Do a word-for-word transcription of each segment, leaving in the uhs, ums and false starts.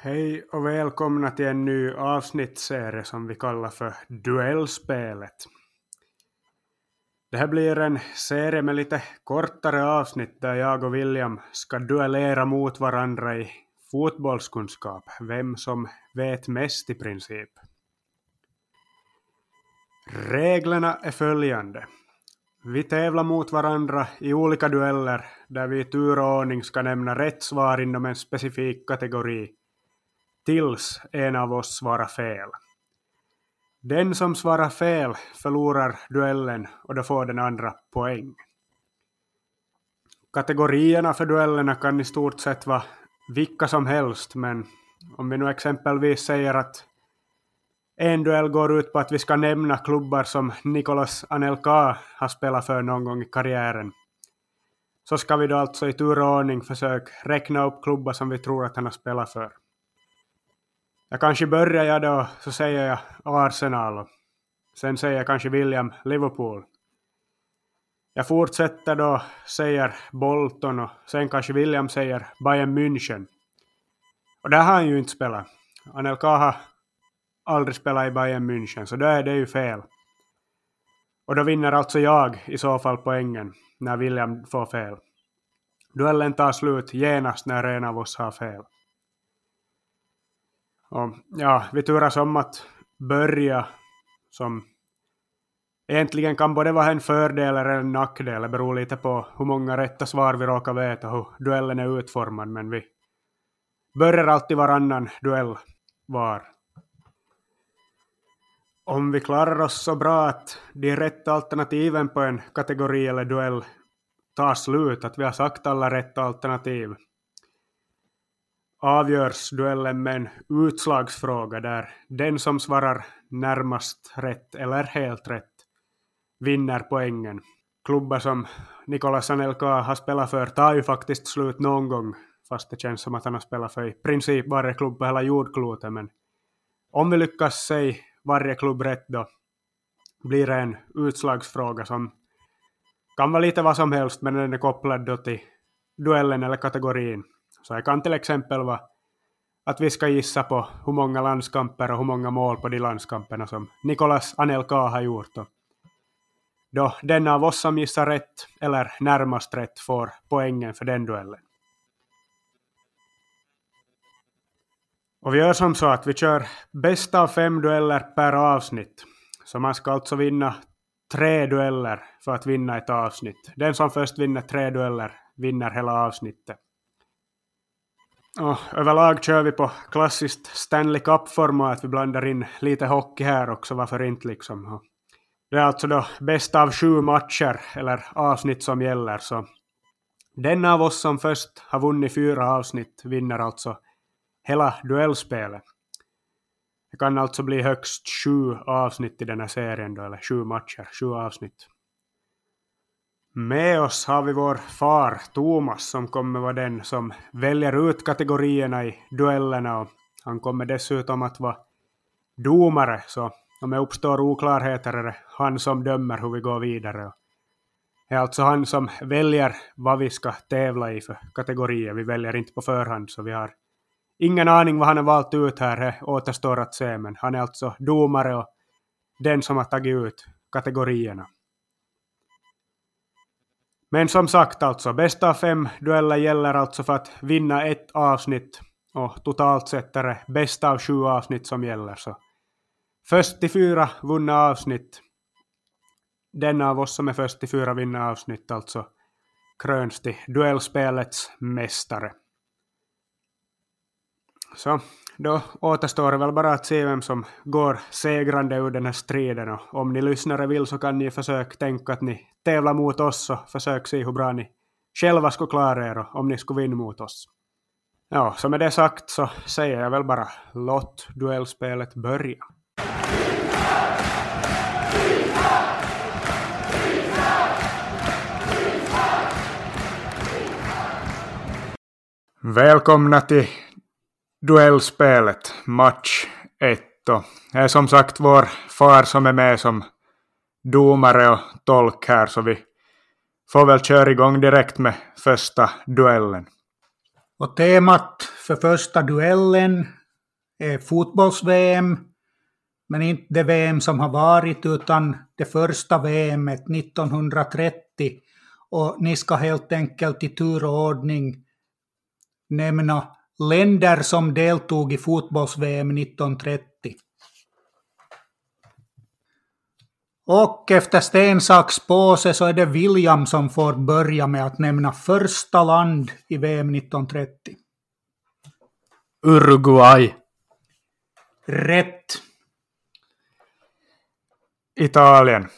Hej och välkomna till en ny avsnittsserie som vi kallar för Duellspelet. Det här blir en serie med lite kortare avsnitt där jag och William ska duellera mot varandra i fotbollskunskap. Vem som vet mest i princip. Reglerna är följande. Vi tävlar mot varandra i olika dueller där vi i tur och ordning ska nämna rätt svar inom en specifik kategori. Tills en av oss svarar fel. Den som svarar fel förlorar duellen och då får den andra poäng. Kategorierna för duellerna kan i stort sett vara vilka som helst, men om vi nu exempelvis säger att en duell går ut på att vi ska nämna klubbar som Nicolas Anelka har spelat för någon gång i karriären, så ska vi då alltså i tur och ordning försöka räkna upp klubbar som vi tror att han har spelat för. Jag kanske börjar jag då, så säger jag Arsenal. Sen säger jag kanske William Liverpool. Jag fortsätter då, säger Bolton, och sen kanske William säger Bayern München. Och där har han ju inte spelat. Anelka har aldrig spelat i Bayern München, så då är det ju fel. Och då vinner alltså jag i så fall poängen när William får fel. Duellen tar slut genast när en av oss har fel. Och ja, vi turas om att börja, som egentligen kan både vara en fördel eller en nackdel. Det beror lite på hur många rätta svar vi råkar veta, hur duellen är utformad. Men vi börjar alltid varannan duell var. Om vi klarar oss så bra att de rätta alternativen på en kategori eller duell tar slut, att vi har sagt alla rätta alternativ, avgörs duellen med en utslagsfråga där den som svarar närmast rätt eller helt rätt vinner poängen. Klubbar som Nicolas Anelka har spelat för tar ju faktiskt slut någon gång, fast det känns som att han har spelat för i princip varje klubb på hela jordklotet. Men om vi lyckas säga varje klubb rätt, då blir det en utslagsfråga som kan vara lite vad som helst, men den är kopplad då till duellen eller kategorin. Så det kan till exempel vara att vi ska gissa på hur många landskamper och hur många mål på de landskamperna som Nicolas Anelka har gjort. Då den av oss som gissar rätt eller närmast rätt får poängen för den duellen. Och vi gör som så att vi kör bästa av fem dueller per avsnitt. Så man ska alltså vinna tre dueller för att vinna ett avsnitt. Den som först vinner tre dueller vinner hela avsnittet. Och överlag kör vi på klassiskt Stanley Cup-format. Vi blandar in lite hockey här också, varför inte liksom. Det är alltså då bästa av sju matcher eller avsnitt som gäller. Så den av oss som först har vunnit fyra avsnitt vinner alltså hela duellspelet. Det kan alltså bli högst sju avsnitt i den här serien då, eller sju matcher, sju avsnitt. Med oss har vi vår far Thomas, som kommer vara den som väljer ut kategorierna i duellerna, och han kommer dessutom att vara domare, så om det uppstår oklarheter är det han som dömer hur vi går vidare. Det är alltså han som väljer vad vi ska tävla i för kategorier. Vi väljer inte på förhand, så vi har ingen aning vad han har valt ut här. Det återstår att se, men han är alltså domare och den som har tagit ut kategorierna. Men som sagt, alltså bästa av fem dueller gäller alltså för att vinna ett avsnitt, och totalt sett är det bästa av sju avsnitt som gäller. Så först till fyra vunna avsnitt, den av oss som är först till fyra vinna avsnitt alltså kröns till duellspelets mästare. Så då återstår det väl bara att se vem som går segrande ur den här striden. Och om ni lyssnare vill så kan ni försöka tänka att ni tävlar mot oss och försök se hur bra ni själva skulle klara er om ni skulle vinna mot oss. Ja, så med det sagt så säger jag väl bara låt duellspelet börja. Välkomna till duellspelet, match ett. Det är som sagt vår far som är med som domare och tolk här, så vi får väl köra igång direkt med första duellen. Och temat för första duellen är fotbolls-V M, men inte det V M som har varit utan det första V M:et nittonhundratrettio. Och ni ska helt enkelt i tur och ordning nämna länder som deltog i fotbolls-V M nittonhundratrettio. Och efter sten, sax, påse så är det William som får börja med att nämna första land i V M nittonhundratrettio. Uruguay. Rätt. Italien.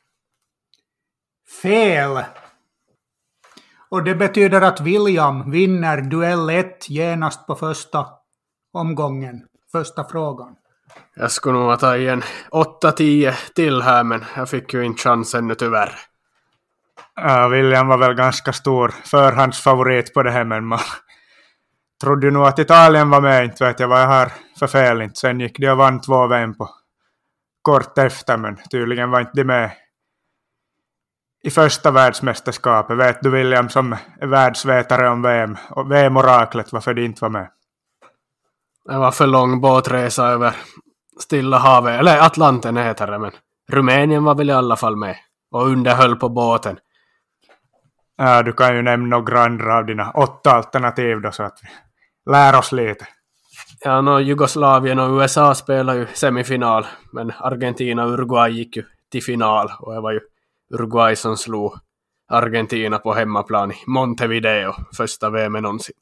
Fel. Och det betyder att William vinner duell ett genast på första omgången, första frågan. Jag skulle nog ta igen åtta tio till här, men jag fick ju inte chansen nu tyvärr. Ja, William var väl ganska stor förhandsfavorit på det här, men man trodde ju nog att Italien var med, inte vet jag vad jag har för fel inte. Sen gick de och vann två V M på kort efter, men tydligen var inte de med i första världsmästerskapet. Vet du William som är världsvetare om V M och V M-oraklet varför de inte var med? Det var för lång båtresa över Stilla havet, eller Atlanten heter det, men Rumänien var väl i alla fall med och underhöll på båten. Ja, du kan ju nämna några andra av dina åtta alternativ då så att vi lär oss lite. Ja, no, Jugoslavien och U S A spelar ju semifinal, men Argentina och Uruguay gick ju till final och det var ju Uruguay som slog Argentina på hemmaplan i Montevideo, första V M någonsin.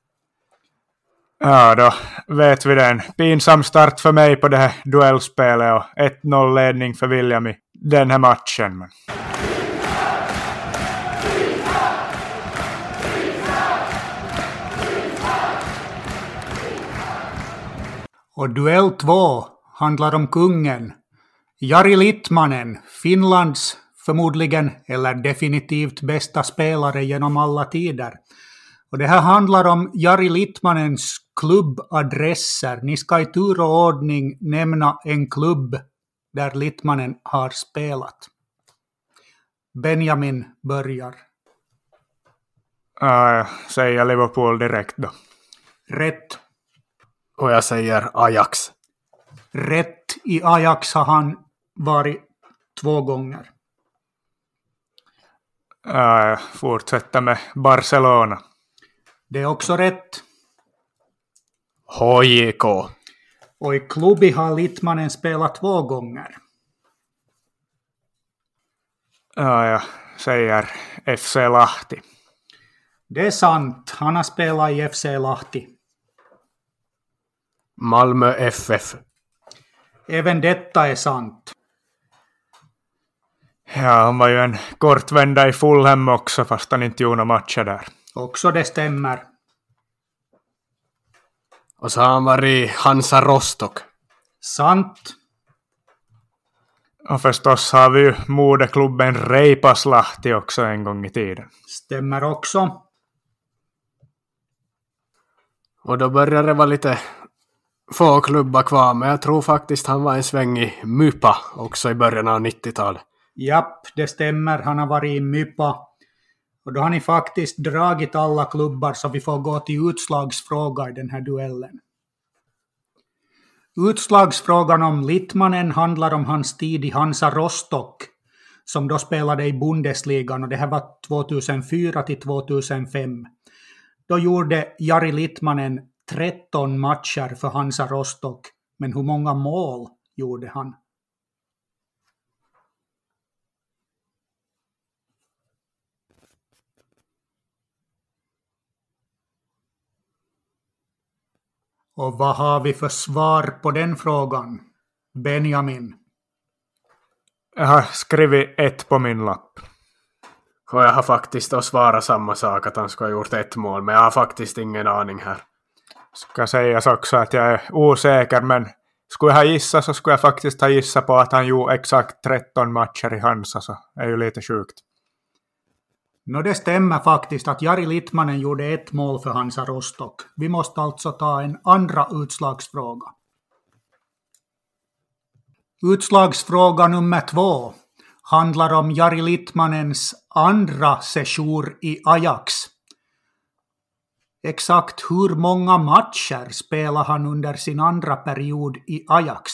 Ja, då vet vi det. En pinsam start för mig på det här duellspelet och ett noll ledning för William i den här matchen. Men Och duell två handlar om kungen, Jari Litmanen, Finlands förmodligen eller definitivt bästa spelare genom alla tider. Och det här handlar om Jari Litmanens klubbadresser. Ni ska i tur och ordning nämna en klubb där Litmanen har spelat. Benjamin börjar. ja, jag säger Liverpool direkt då. Rätt. Och jag säger Ajax. Rätt. I Ajax har han varit två gånger. Ja, jag fortsätter med Barcelona. Det är också rätt. H J K. Och i klubbi har Litmanen spelat två gånger. Ja, jag säger F C Lahti. Det är sant. Han har spelat i F C Lahti. Malmö F F. Även detta är sant. Ja, han var ju en kortvända i Fulham också fast han inte gjorde några matcher där. Också det stämmer. Och så har han varit i Hansa Rostock. Sant. Och förstås har vi ju moderklubben Reipas Lahti också en gång i tiden. Stämmer också. Och då börjar det vara lite få klubbar kvar, men jag tror faktiskt han var en sväng i Mypa också i början av nittiotalet. Japp, det stämmer. Han har varit i Mypa. Och då har ni faktiskt dragit alla klubbar så vi får gå till utslagsfråga i den här duellen. Utslagsfrågan om Litmanen handlar om hans tid i Hansa Rostock som då spelade i Bundesligan och det här var tvåtusenfyra till tvåtusenfem. Då gjorde Jari Litmanen tretton matcher för Hansa Rostock, men hur många mål gjorde han? Och vad har vi för svar på den frågan? Benjamin. Jag har skrivit ett på min lapp. Och jag har faktiskt att svara samma sak, att han ska ha gjort ett mål, men jag har faktiskt ingen aning här. Ska sägas också att jag är osäker, men skulle jag ha gissat så skulle jag faktiskt ha gissat på att han gjorde exakt tretton matcher i Hansa, så det är ju lite sjukt. Nå, det stämmer faktiskt att Jari Litmanen gjorde ett mål för Hansa Rostock. Vi måste alltså ta en andra utslagsfråga. Utslagsfråga nummer två handlar om Jari Litmanens andra sejour i Ajax. Exakt hur många matcher spelar han under sin andra period i Ajax?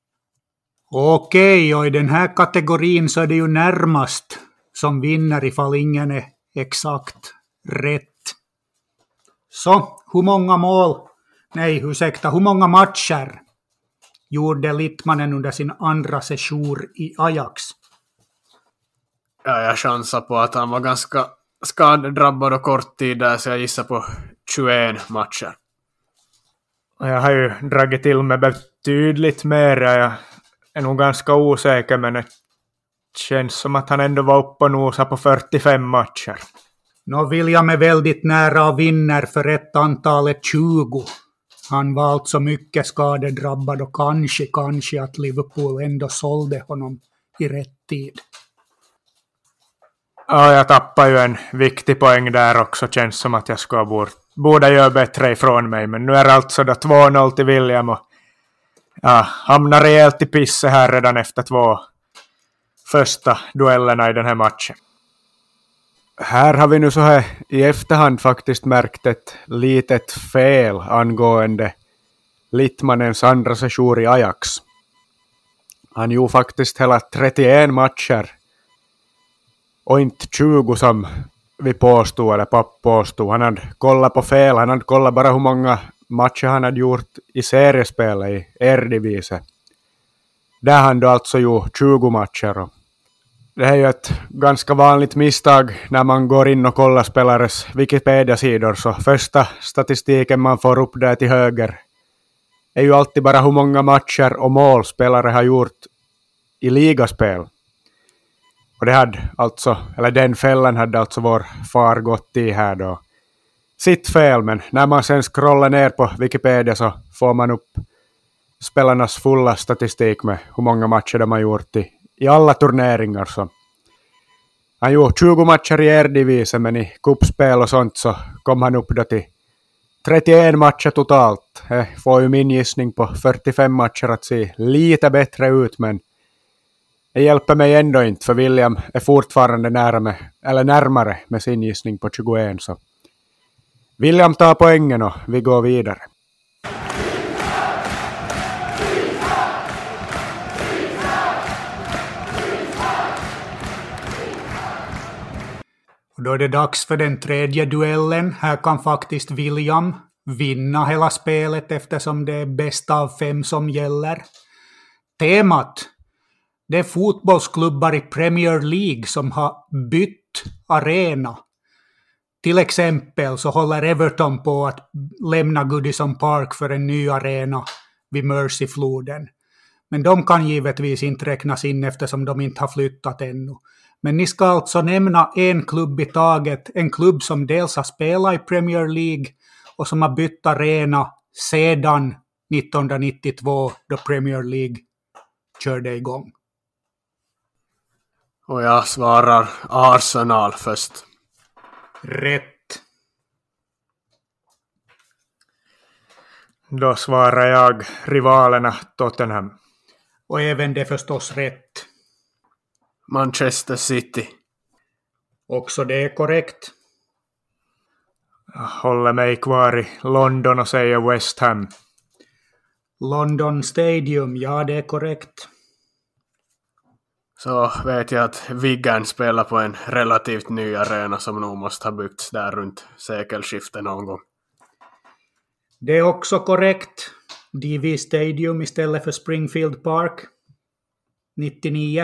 Okej, och i den här kategorin så är det ju närmast som vinner ifall ingen är exakt rätt. Så, hur många mål, nej ursäkta, hur många matcher gjorde Littmanen under sin andra sejour i Ajax? Ja, jag chansar på att han var ganska skadedrabbad och kort tid där, så jag gissar på tjugoett matcher. Jag har ju dragit till med betydligt mer. Jag är nog ganska osäker, men det känns som att han ändå var uppe och nosade på fyrtiofem matcher. Nå, William är väldigt nära och vinner för ett antalet tjugo. Han var alltså mycket skadedrabbad och kanske, kanske att Liverpool ändå sålde honom i rätt tid. Ja, jag tappar ju en viktig poäng där också. Känns som att jag ska bort, borde göra bättre ifrån mig. Men nu är det alltså då två noll till William och ja, hamnar rejält i pisse här redan efter två första duellerna i den här matchen. Här har vi nu så här i efterhand faktiskt märkt ett litet fel angående Littmanens andra sejour i Ajax. Han gjorde faktiskt hela trettioett matcher och inte tjugo som vi påstod, eller papp påstod. Han hade kollat på fel, han hade kollat bara hur många matcher han hade gjort i seriespelet i Eredivisie. Där han då alltså gjort tjugo matcher. Och det är ju ett ganska vanligt misstag när man går in och kollar spelares Wikipedia-sidor. Så första statistiken man får upp där till höger är ju alltid bara hur många matcher och mål spelare har gjort i ligaspel. Och det hade alltså, eller den fällan hade alltså vår far gått i här då. Sitt fel, men när man sen scrollar ner på Wikipedia så får man upp spelarnas fulla statistik med hur många matcher de har gjort i, i alla turneringar. Så han gjorde tjugo matcher i Eredivisie, men i kuppspel och sånt så kom han upp då till trettioett matcher totalt. Det får ju min gissning på fyrtiofem matcher att se lite bättre ut, men det hjälper mig ändå inte, för William är fortfarande nära med, eller närmare med sin gissning på tjugoett. Så William tar poängen och vi går vidare. Och då är det dags för den tredje duellen. Här kan faktiskt William vinna hela spelet eftersom det är bästa av fem som gäller. Temat: det är fotbollsklubbar i Premier League som har bytt arena. Till exempel så håller Everton på att lämna Goodison Park för en ny arena vid Merseyfloden. Men de kan givetvis inte räknas in eftersom de inte har flyttat ännu. Men ni ska alltså nämna en klubb i taget. En klubb som dels har spelat i Premier League och som har bytt arena sedan nittonhundranittiotvå då Premier League körde igång. Och jag svarar Arsenal först. Rätt. Då svarar jag rivalerna Tottenham. Och även det förstås rätt. Manchester City. Också det är korrekt. Jag håller mig kvar i London och säger West Ham. London Stadium, ja det är korrekt. Så vet jag att Wigan spelar på en relativt ny arena som nog måste ha byggts där runt sekelskiftet någon gång. Det är också korrekt. D V Stadium istället för Springfield Park. nittionio.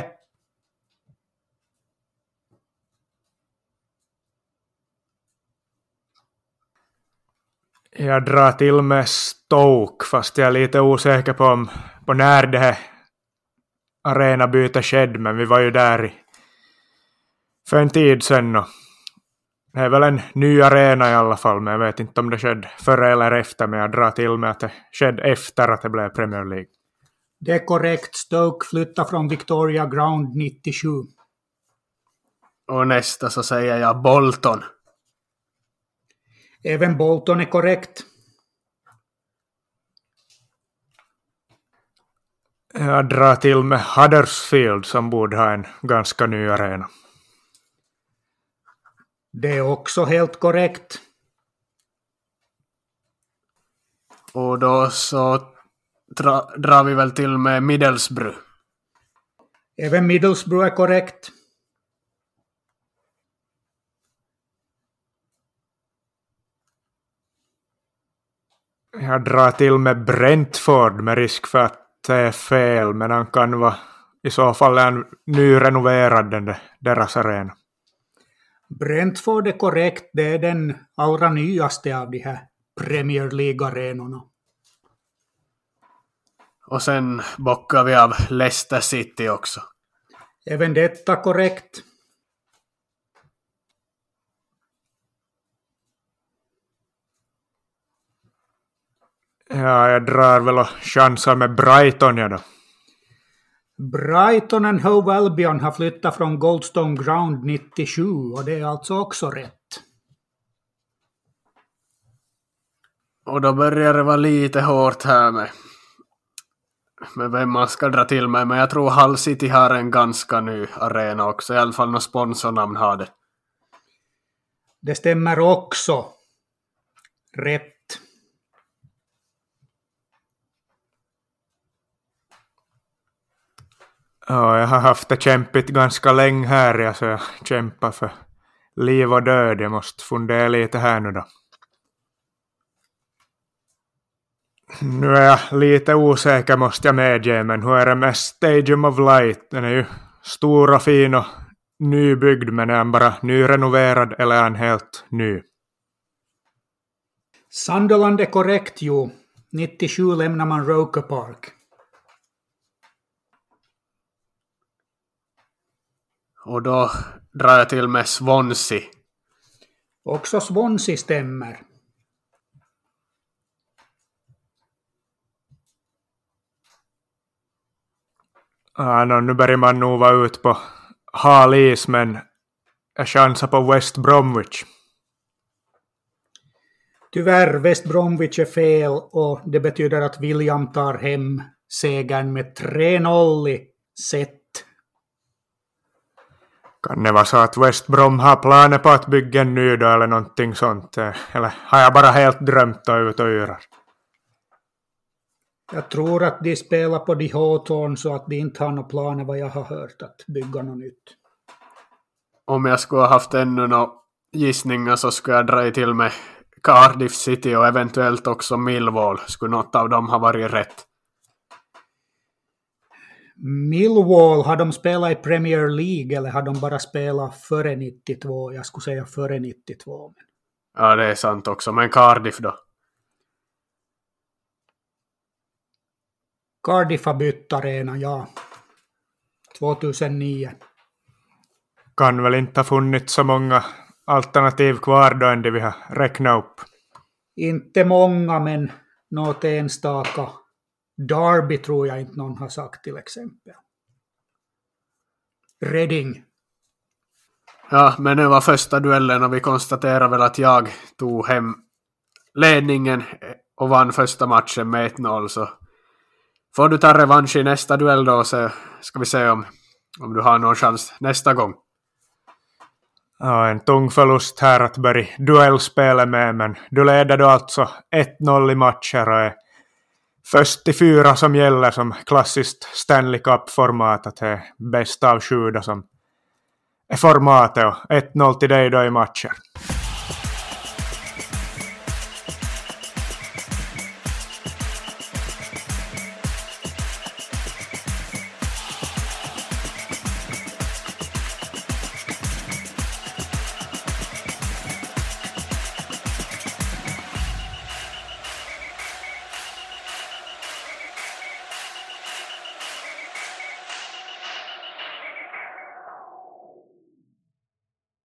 Jag drar till med Stoke, fast jag är lite osäker på, om, på när det här arenabyte skedde, men vi var ju där i, för en tid sedan. Och det är väl en ny arena i alla fall, men jag vet inte om det skedde före eller efter, men jag drar till med att det skedde efter att det blev Premier League. Det är korrekt. Stoke flyttade från Victoria Ground nittiosju. Och nästa så säger jag Bolton. Även Bolton är korrekt. Jag drar till med Huddersfield som borde ha en ganska ny arena. Det är också helt korrekt. Och då så dra, drar vi väl till med Middlesbrough. Även Middlesbrough är korrekt. Jag drar till med Brentford med risk för att det är fel, men han kan vara i så fall en nyrenoverad den där, deras arena. Brentford är korrekt, det är den allra nyaste av de här Premier League-arenorna. Och sen bockar vi av Leicester City också. Även detta korrekt. Ja, jag drar väl och chansar med Brighton, ja då. Brighton and Hove Albion har flyttat från Goldstone Ground nittiosju och det är alltså också rätt. Och då börjar det vara lite hårt här med, med vem man ska dra till med. Men jag tror Hull City har en ganska ny arena också. I alla fall någon sponsornamn har det. Det stämmer också. Rätt. Ja, jag har haft det kämpigt ganska länge här. Alltså jag kämpar för liv och död. Jag måste fundera lite här nu då. Nu är jag lite osäker måste jag medge, men hur är det med Stadium of Light? Den är ju stor och fin och nybyggd, men är han bara nyrenoverad eller är han helt ny? Sunderland är korrekt, jo. nittiosju lämnar man Roker Park. Och då drar jag till med Swansea. Också Swansea stämmer. Ja, no, nu börjar man nog vara ut på hal is, men jag chansar på West Bromwich. Tyvärr, West Bromwich är fel och det betyder att William tar hem segern med tre noll i set. Kan det vara så att West Brom har planer på att bygga en ny då eller någonting sånt? Eller har jag bara helt drömt och ut och yrar? Jag tror att de spelar på de Hawthorn så att de inte har några planer vad jag har hört att bygga något nytt. Om jag skulle ha haft ännu några gissningar så skulle jag dra till med Cardiff City och eventuellt också Millwall. Skulle något av dem ha varit rätt? Millwall, har de spelat i Premier League eller har de bara spelat före nittiotvå? Jag skulle säga före nittiotvå. Men... Ja, det är sant också. Men Cardiff då? Cardiff har bytt arena, ja. tjugohundranio. Kan väl inte ha funnits så många alternativ kvar då än det vi har räknat upp. Inte många, men något enstaka. Derby tror jag inte någon har sagt till exempel. Reading. Ja, men det var första duellen och vi konstaterar väl att jag tog hem ledningen och vann första matchen med ett noll. Så får du ta revansch i nästa duell då, så ska vi se om, om du har någon chans nästa gång. Ja, en tung förlust här att börja duellspelet med, men du leder då alltså ett noll i matcher och är först till fyra som gäller som klassiskt Stanley Cup-format, att det är bäst av sju som är formatet och ett noll till dig då i matcher.